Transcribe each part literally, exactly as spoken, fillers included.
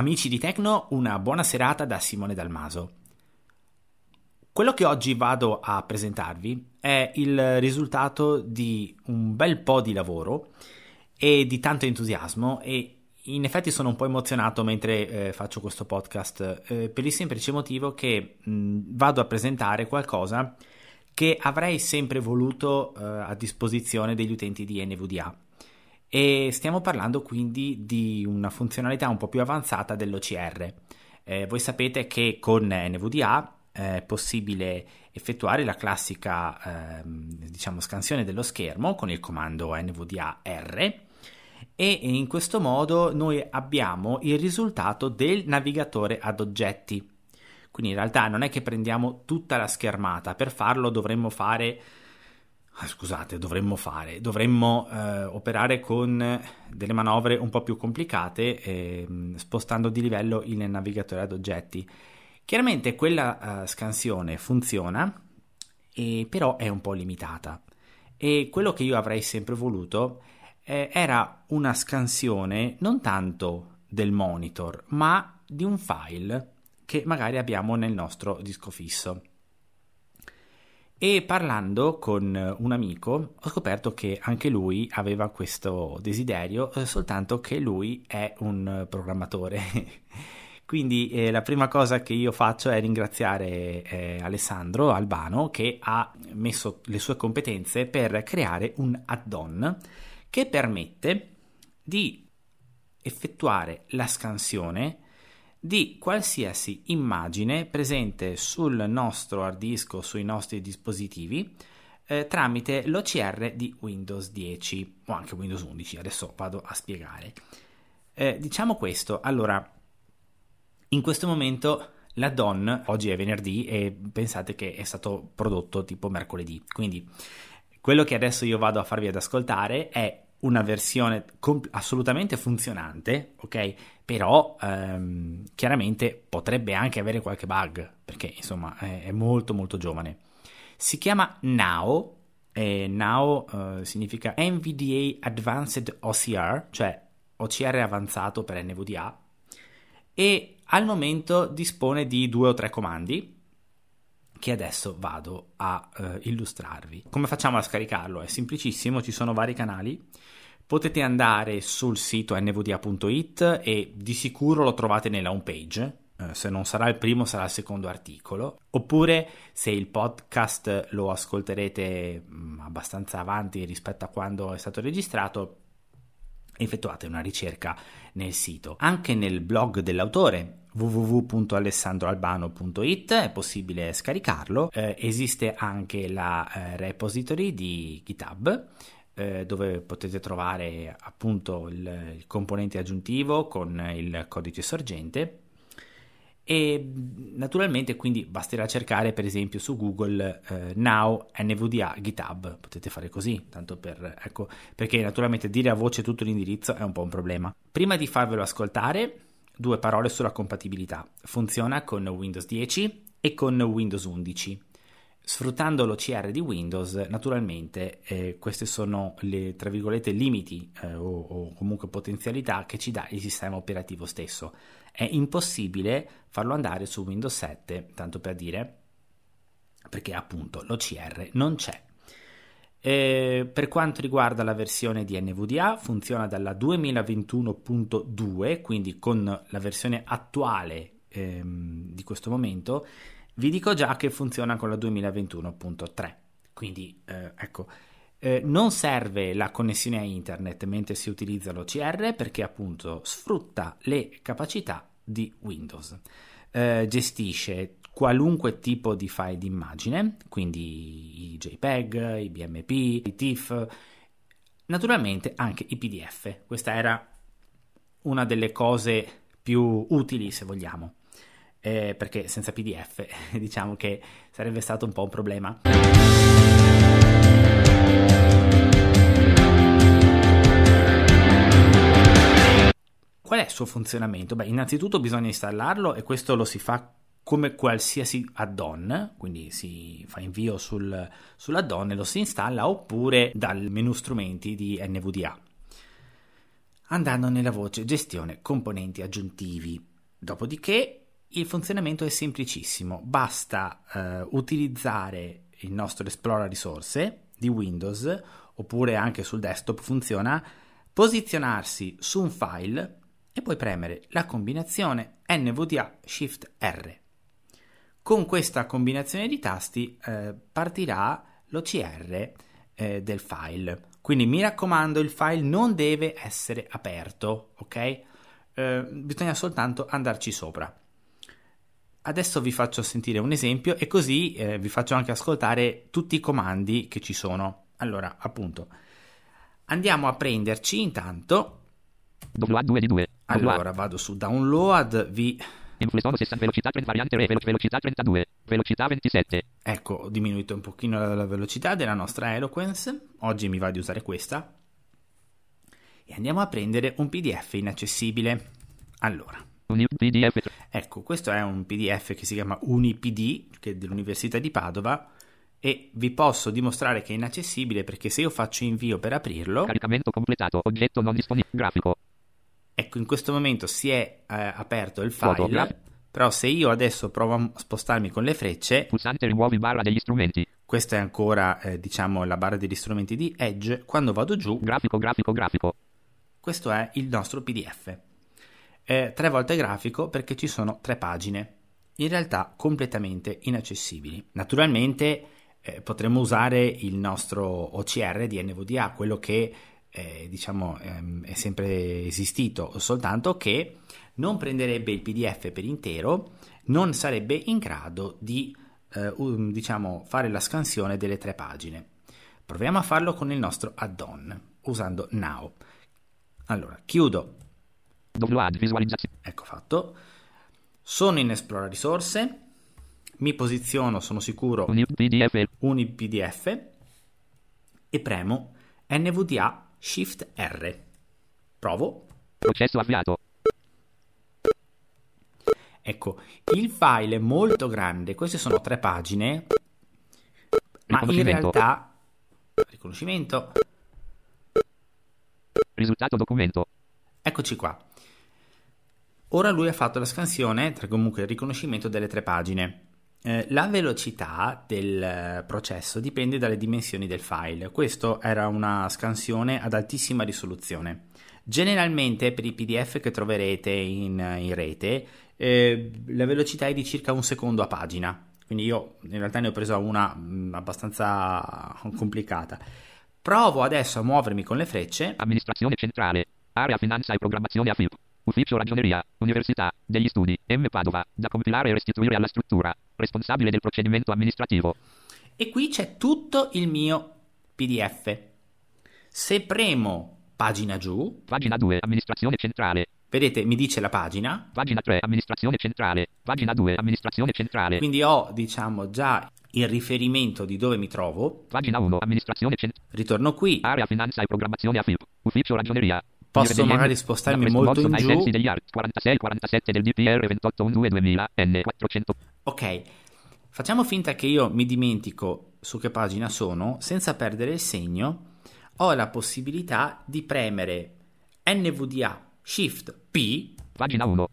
Amici di Tecno, una buona serata da Simone Dalmaso. Quello che oggi vado a presentarvi è il risultato di un bel po' di lavoro e di tanto entusiasmo, e in effetti sono un po' emozionato mentre eh, faccio questo podcast eh, per il semplice motivo che mh, vado a presentare qualcosa che avrei sempre voluto eh, a disposizione degli utenti di N V D A. E stiamo parlando quindi di una funzionalità un po' più avanzata dell'O C R. Eh, voi sapete che con N V D A è possibile effettuare la classica eh, diciamo scansione dello schermo con il comando N V D A R, e in questo modo noi abbiamo il risultato del navigatore ad oggetti. Quindi in realtà non è che prendiamo tutta la schermata, per farlo dovremmo fare Ah, scusate, dovremmo fare, dovremmo eh, operare con delle manovre un po' più complicate, eh, spostando di livello il navigatore ad oggetti. Chiaramente quella uh, scansione funziona, e però è un po' limitata. E quello che io avrei sempre voluto eh, era una scansione non tanto del monitor, ma di un file che magari abbiamo nel nostro disco fisso. E parlando con un amico ho scoperto che anche lui aveva questo desiderio, eh, soltanto che lui è un programmatore. Quindi eh, la prima cosa che io faccio è ringraziare eh, Alessandro Albano, che ha messo le sue competenze per creare un add-on che permette di effettuare la scansione di qualsiasi immagine presente sul nostro hard disk o sui nostri dispositivi eh, tramite l'O C R di Windows dieci o anche Windows undici. Adesso vado a spiegare. Eh, diciamo questo, allora, in questo momento l'add-on oggi è venerdì e pensate che è stato prodotto tipo mercoledì, quindi quello che adesso io vado a farvi ad ascoltare è una versione comp- assolutamente funzionante, ok? Però ehm, chiaramente potrebbe anche avere qualche bug, perché insomma è, è molto molto giovane. Si chiama Now, e Now eh, significa N V D A Advanced O C R, cioè O C R avanzato per N V D A, e al momento dispone di due o tre comandi che adesso vado a uh, illustrarvi. Come facciamo a scaricarlo? È semplicissimo, ci sono vari canali. Potete andare sul sito N V D A punto it e di sicuro lo trovate nella home page. Uh, se non sarà il primo, sarà il secondo articolo. Oppure, se il podcast lo ascolterete um, abbastanza avanti rispetto a quando è stato registrato, effettuate una ricerca nel sito. Anche nel blog dell'autore w w w punto alessandro albano punto it è possibile scaricarlo. Eh, esiste anche la eh, repository di GitHub, eh, dove potete trovare appunto il, il componente aggiuntivo con il codice sorgente, e naturalmente quindi basterà cercare per esempio su Google eh, Now N V D A GitHub, potete fare così, tanto per ecco, perché naturalmente dire a voce tutto l'indirizzo è un po' un problema. Prima di farvelo ascoltare, due parole sulla compatibilità. Funziona con Windows dieci e con Windows undici. Sfruttando l'O C R di Windows, naturalmente eh, queste sono le, tra virgolette, limiti eh, o, o comunque potenzialità che ci dà il sistema operativo stesso. È impossibile farlo andare su Windows sette, tanto per dire, perché appunto l'O C R non c'è. Eh, per quanto riguarda la versione di N V D A, funziona dalla duemilaventuno punto due, quindi con la versione attuale ehm, di questo momento. Vi dico già che funziona con la duemilaventuno punto tre, quindi eh, ecco, eh, non serve la connessione a internet mentre si utilizza l'O C R, perché appunto sfrutta le capacità di Windows. Eh, gestisce qualunque tipo di file di immagine, quindi i JPEG, i B M P, i TIFF, naturalmente anche i P D F. Questa era una delle cose più utili, se vogliamo. Eh, perché senza P D F diciamo che sarebbe stato un po' un problema. Qual è il suo funzionamento? Beh, innanzitutto bisogna installarlo, e questo lo si fa come qualsiasi add-on, quindi si fa invio sul, sull'add-on e lo si installa, oppure dal menu strumenti di N V D A. Andando nella voce gestione componenti aggiuntivi, Dopodiché il funzionamento è semplicissimo, basta eh, utilizzare il nostro Esplora risorse di Windows, oppure anche sul desktop funziona, posizionarsi su un file e poi premere la combinazione N V D A Shift R. Con questa combinazione di tasti eh, partirà l'O C R eh, del file. Quindi mi raccomando, il file non deve essere aperto, ok? Eh, bisogna soltanto andarci sopra. Adesso vi faccio sentire un esempio e così eh, vi faccio anche ascoltare tutti i comandi che ci sono. Allora, appunto, andiamo a prenderci intanto. Download due di due. Allora, vado su Download, vi... Inflessore sessanta, velocità trenta, variante re, velocità trentadue, velocità ventisette. Ecco, ho diminuito un pochino la, la velocità della nostra Eloquence. Oggi mi va di usare questa. E andiamo a prendere un P D F inaccessibile. Allora, P D F. Ecco, questo è un P D F che si chiama UniPD, che è dell'Università di Padova, e vi posso dimostrare che è inaccessibile perché se io faccio invio per aprirlo... Caricamento completato, oggetto non disponibile, grafico. Ecco, in questo momento si è eh, aperto il file, Foto, graf- però se io adesso provo a spostarmi con le frecce... Pulsante rimuovi barra degli strumenti. Questa è ancora, eh, diciamo, la barra degli strumenti di Edge. Quando vado giù... Grafico, grafico, grafico. Questo è il nostro P D F. Eh, tre volte grafico perché ci sono tre pagine, in realtà completamente inaccessibili. Naturalmente eh, potremmo usare il nostro O C R di N V D A, quello che eh, diciamo ehm, è sempre esistito, soltanto che non prenderebbe il P D F per intero, non sarebbe in grado di eh, um, diciamo fare la scansione delle tre pagine. Proviamo a farlo con il nostro add-on usando Now. Allora, chiudo. Download, visualizzazione. Ecco fatto. Sono in Esplora risorse. Mi posiziono, sono sicuro, Un P D F. un P D F e premo N V D A Shift R. Provo. Processo avviato. Ecco, il file è molto grande. Queste sono tre pagine, ma in realtà riconoscimento. Risultato documento. Eccoci qua. Ora lui ha fatto la scansione, tra comunque il riconoscimento delle tre pagine. Eh, la velocità del processo dipende dalle dimensioni del file. Questo era una scansione ad altissima risoluzione. Generalmente per i P D F che troverete in, in rete eh, la velocità è di circa un secondo a pagina. Quindi io in realtà ne ho presa una mh, abbastanza complicata. Provo adesso a muovermi con le frecce. Amministrazione centrale, area finanza e programmazione A F I P. Ufficio Ragioneria, Università degli Studi, M Padova, da compilare e restituire alla struttura, responsabile del procedimento amministrativo. E qui c'è tutto il mio P D F. Se premo pagina giù, pagina due, amministrazione centrale. Vedete, mi dice la pagina. Pagina tre, amministrazione centrale. Pagina due, amministrazione centrale. Quindi ho, diciamo, già il riferimento di dove mi trovo. Pagina uno, amministrazione centrale. Ritorno qui. Area finanza e programmazione A F I P. Ufficio Ragioneria. Posso magari spostarmi molto in giù. Ai degli art quarantasei quarantasette del D P R ventotto dodici duemila N quattrocento. Ok, facciamo finta che io mi dimentico su che pagina sono. Senza perdere il segno ho la possibilità di premere N V D A Shift P, pagina uno,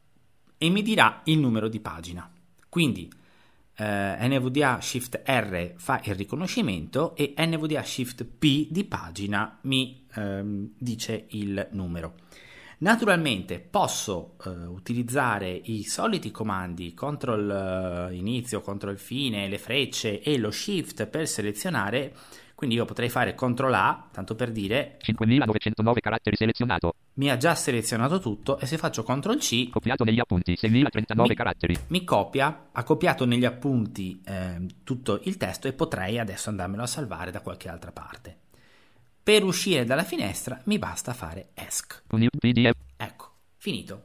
e mi dirà il numero di pagina. Quindi eh, N V D A Shift R fa il riconoscimento e N V D A Shift P di pagina mi ehm, dice il numero. Naturalmente posso eh, utilizzare i soliti comandi CTRL eh, inizio, CTRL fine, le frecce e lo Shift per selezionare. Quindi io potrei fare CTRL A, tanto per dire cinquemilanovecentonove caratteri selezionato. Mi ha già selezionato tutto e se faccio CTRL C, copiato negli appunti seimila trentanove mi, caratteri. Mi copia, ha copiato negli appunti eh, tutto il testo e potrei adesso andarmelo a salvare da qualche altra parte. Per uscire dalla finestra mi basta fare ESC. Un P D F. Ecco, finito.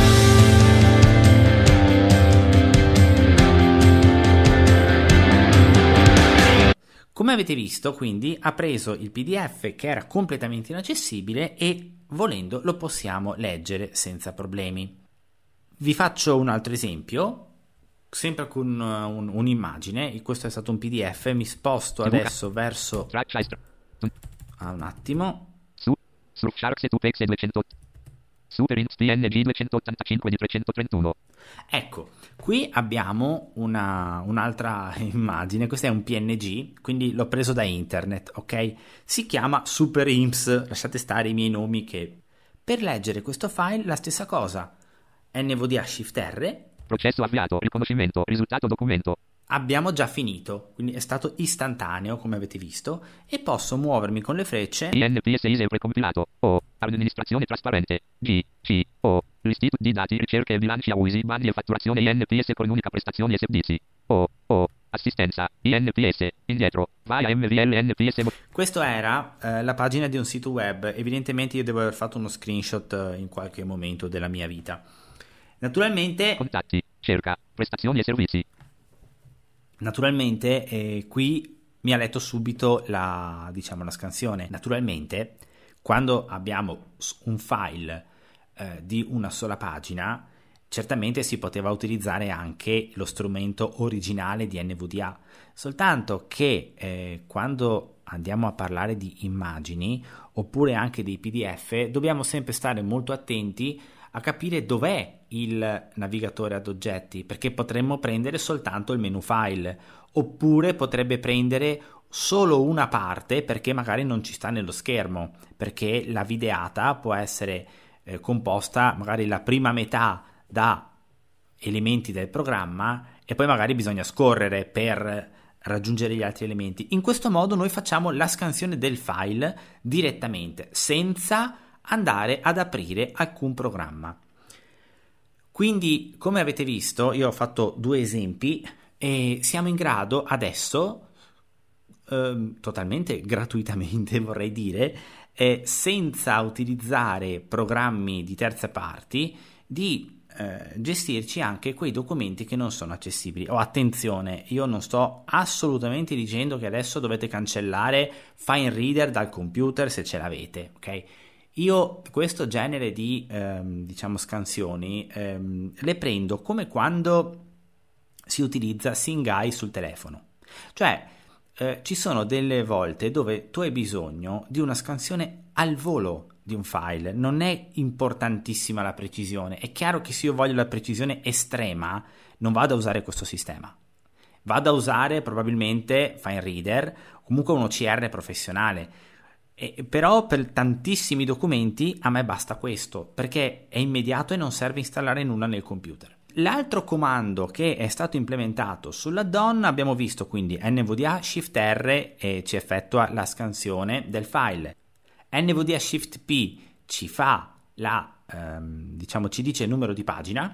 Come avete visto, quindi, ha preso il P D F che era completamente inaccessibile e, volendo, lo possiamo leggere senza problemi. Vi faccio un altro esempio, sempre con uh, un, un'immagine. Questo è stato un P D F, mi sposto adesso verso... Ah, un attimo. Su, Surfshark Setupex duecento. Super Imps P N G duecentottantacinque di trecentotrentuno. Ecco, qui abbiamo una, un'altra immagine, questo è un P N G, quindi l'ho preso da internet, ok? Si chiama Super Imps, lasciate stare i miei nomi che... Per leggere questo file la stessa cosa, N V D A Shift R. Processo avviato, riconoscimento, risultato documento. Abbiamo già finito, quindi è stato istantaneo come avete visto e posso muovermi con le frecce. I N P S I S E precompilato. O. Amministrazione trasparente. G. C. O. L'Istituto di dati, ricerche e bilanci a U I S I, bandi e fatturazione I N P S con unica prestazione e servizi. O. O. Assistenza. I N P S. Indietro. Vai a M V L N P S. Questo era eh, la pagina di un sito web. Evidentemente io devo aver fatto uno screenshot eh, in qualche momento della mia vita. Naturalmente... Contatti. Cerca. Prestazioni e servizi. Naturalmente eh, qui mi ha letto subito la, diciamo, la scansione. Naturalmente quando abbiamo un file eh, di una sola pagina, certamente si poteva utilizzare anche lo strumento originale di N V D A, soltanto che eh, quando andiamo a parlare di immagini oppure anche dei P D F dobbiamo sempre stare molto attenti a capire dov'è il navigatore ad oggetti, perché potremmo prendere soltanto il menu file, oppure potrebbe prendere solo una parte perché magari non ci sta nello schermo, perché la videata può essere eh, composta magari la prima metà da elementi del programma e poi magari bisogna scorrere per raggiungere gli altri elementi. In questo modo noi facciamo la scansione del file direttamente, senza andare ad aprire alcun programma. Quindi, come avete visto, io ho fatto due esempi e siamo in grado adesso, eh, totalmente gratuitamente vorrei dire, eh, senza utilizzare programmi di terze parti, di eh, gestirci anche quei documenti che non sono accessibili. Oh, attenzione, io non sto assolutamente dicendo che adesso dovete cancellare FineReader dal computer se ce l'avete, ok? Io questo genere di ehm, diciamo scansioni ehm, le prendo come quando si utilizza Singai sul telefono, cioè eh, ci sono delle volte dove tu hai bisogno di una scansione al volo di un file, non è importantissima la precisione. È chiaro che se io voglio la precisione estrema non vado a usare questo sistema, vado a usare probabilmente FineReader, comunque un O C R professionale. E, però per tantissimi documenti a me basta questo, perché è immediato e non serve installare nulla nel computer. L'altro comando che è stato implementato sull'add-on abbiamo visto, quindi N V D A Shift R e ci effettua la scansione del file, N V D A Shift P ci fa la ehm, diciamo ci dice il numero di pagina,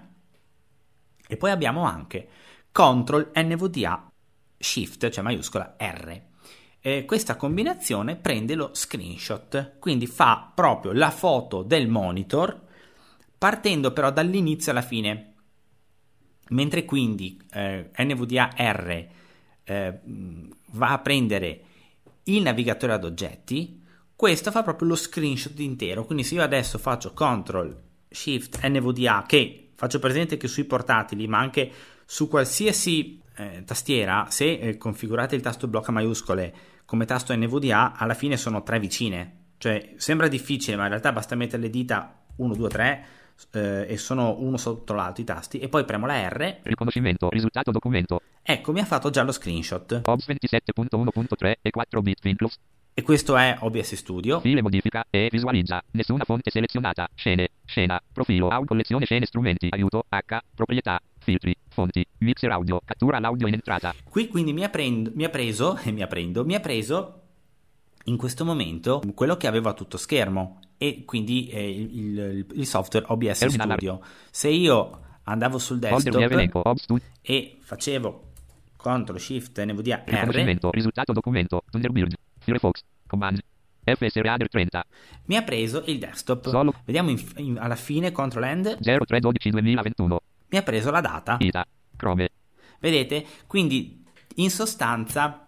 e poi abbiamo anche Control N V D A Shift, cioè maiuscola R. Eh, questa combinazione prende lo screenshot, quindi fa proprio la foto del monitor partendo però dall'inizio alla fine, mentre quindi eh, N V D A R eh, va a prendere il navigatore ad oggetti, questo fa proprio lo screenshot intero. Quindi se io adesso faccio Control Shift N V D A, che faccio presente che sui portatili ma anche su qualsiasi eh, tastiera, se eh, configurate il tasto blocca maiuscole come tasto N V D A, alla fine sono tre vicine, cioè sembra difficile ma in realtà basta mettere le dita uno, due, tre eh, e sono uno sotto l'altro i tasti, e poi premo la R, riconoscimento, risultato documento. Ecco, mi ha fatto già lo screenshot. O B S ventisette punto uno punto tre e quattro bit Windows. E questo è O B S Studio. File modifica e visualizza. Nessuna fonte selezionata. Scene. Scena. Profilo. Audio. Collezione scene. Strumenti. Aiuto. H. Proprietà. Filtri. Fonti. Mixer audio. Cattura l'audio in entrata. Qui quindi mi ha, prendo, mi ha preso e mi ha prendo. Mi ha preso in questo momento quello che avevo a tutto schermo, e quindi eh, il, il, il software O B S Terminal. Studio. Se io andavo sul desktop e facevo Ctrl Shift N V D A R, risultato documento, Thunderbird, Firefox, Command, F S R trenta. Mi ha preso il desktop. Solo. Vediamo in, in, alla fine Ctrl End. zero tre dodici duemilaventuno. Mi ha preso la data. Ita. Chrome. Vedete? Quindi in sostanza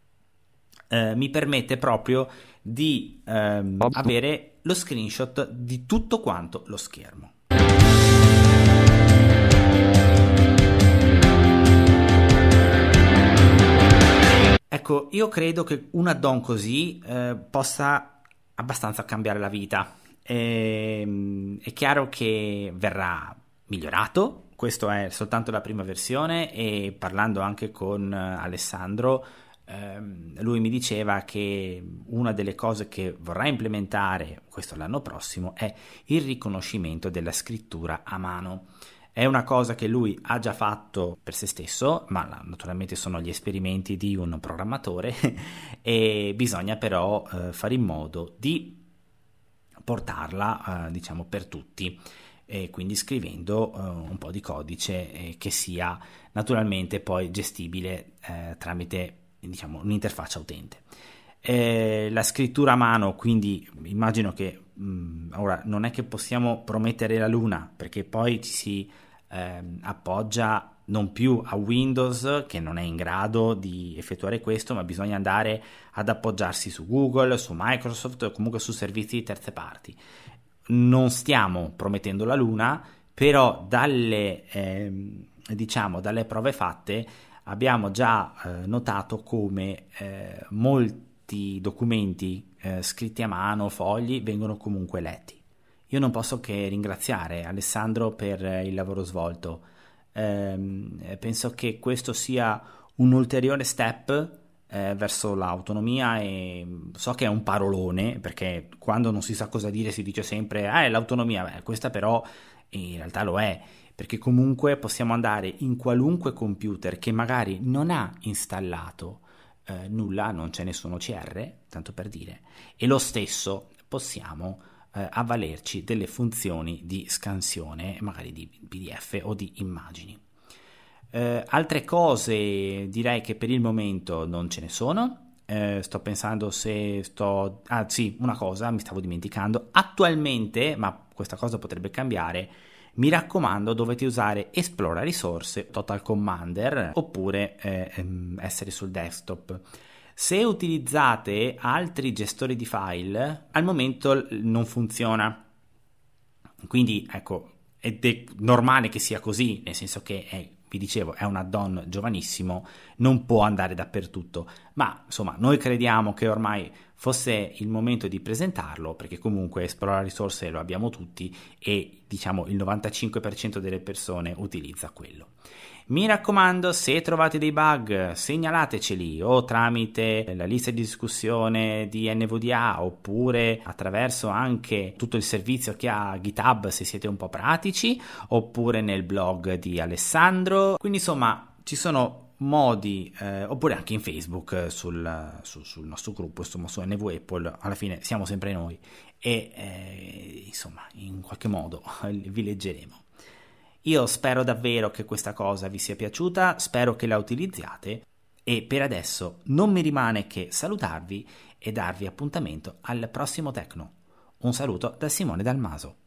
eh, mi permette proprio di ehm, avere lo screenshot di tutto quanto lo schermo. Ecco, io credo che un add-on così eh, possa abbastanza cambiare la vita. E, è chiaro che verrà migliorato, questo è soltanto la prima versione, e parlando anche con Alessandro, ehm, lui mi diceva che una delle cose che vorrà implementare questo l'anno prossimo è il riconoscimento della scrittura a mano. È una cosa che lui ha già fatto per se stesso, ma naturalmente sono gli esperimenti di un programmatore e bisogna però eh, fare in modo di portarla eh, diciamo per tutti, e quindi scrivendo eh, un po' di codice eh, che sia naturalmente poi gestibile eh, tramite, diciamo, un'interfaccia utente. Eh, la scrittura a mano, quindi immagino che mh, ora non è che possiamo promettere la luna, perché poi ci si eh, appoggia non più a Windows, che non è in grado di effettuare questo, ma bisogna andare ad appoggiarsi su Google, su Microsoft o comunque su servizi di terze parti. Non stiamo promettendo la luna, però dalle eh, diciamo dalle prove fatte abbiamo già eh, notato come eh, molti documenti eh, scritti a mano, fogli, vengono comunque letti. Io non posso che ringraziare Alessandro per eh, il lavoro svolto. Eh, penso che questo sia un ulteriore step eh, verso l'autonomia, e so che è un parolone, perché quando non si sa cosa dire si dice sempre ah, è l'autonomia. Beh, questa però in realtà lo è, perché comunque possiamo andare in qualunque computer che magari non ha installato eh, nulla, non c'è nessun O C R, tanto per dire, e lo stesso possiamo eh, avvalerci delle funzioni di scansione, magari di P D F o di immagini. Eh, altre cose direi che per il momento non ce ne sono. Eh, sto pensando se sto... Ah sì, una cosa mi stavo dimenticando. Attualmente, ma questa cosa potrebbe cambiare, mi raccomando, dovete usare Esplora risorse, Total Commander, oppure eh, essere sul desktop. Se utilizzate altri gestori di file, al momento non funziona. Quindi ecco, ed è normale che sia così, nel senso che è, vi dicevo, è un add-on giovanissimo, non può andare dappertutto, ma insomma noi crediamo che ormai fosse il momento di presentarlo, perché comunque Esplora risorse lo abbiamo tutti e diciamo il novantacinque per cento delle persone utilizza quello. Mi raccomando, se trovate dei bug segnalateceli, o tramite la lista di discussione di N V D A, oppure attraverso anche tutto il servizio che ha GitHub se siete un po' pratici, oppure nel blog di Alessandro. Quindi insomma ci sono modi, eh, oppure anche in Facebook sul, su, sul nostro gruppo, insomma su N V Apple, alla fine siamo sempre noi e eh, insomma in qualche modo vi leggeremo. Io spero davvero che questa cosa vi sia piaciuta, spero che la utilizziate, e per adesso non mi rimane che salutarvi e darvi appuntamento al prossimo Tecno. Un saluto da Simone Dalmaso.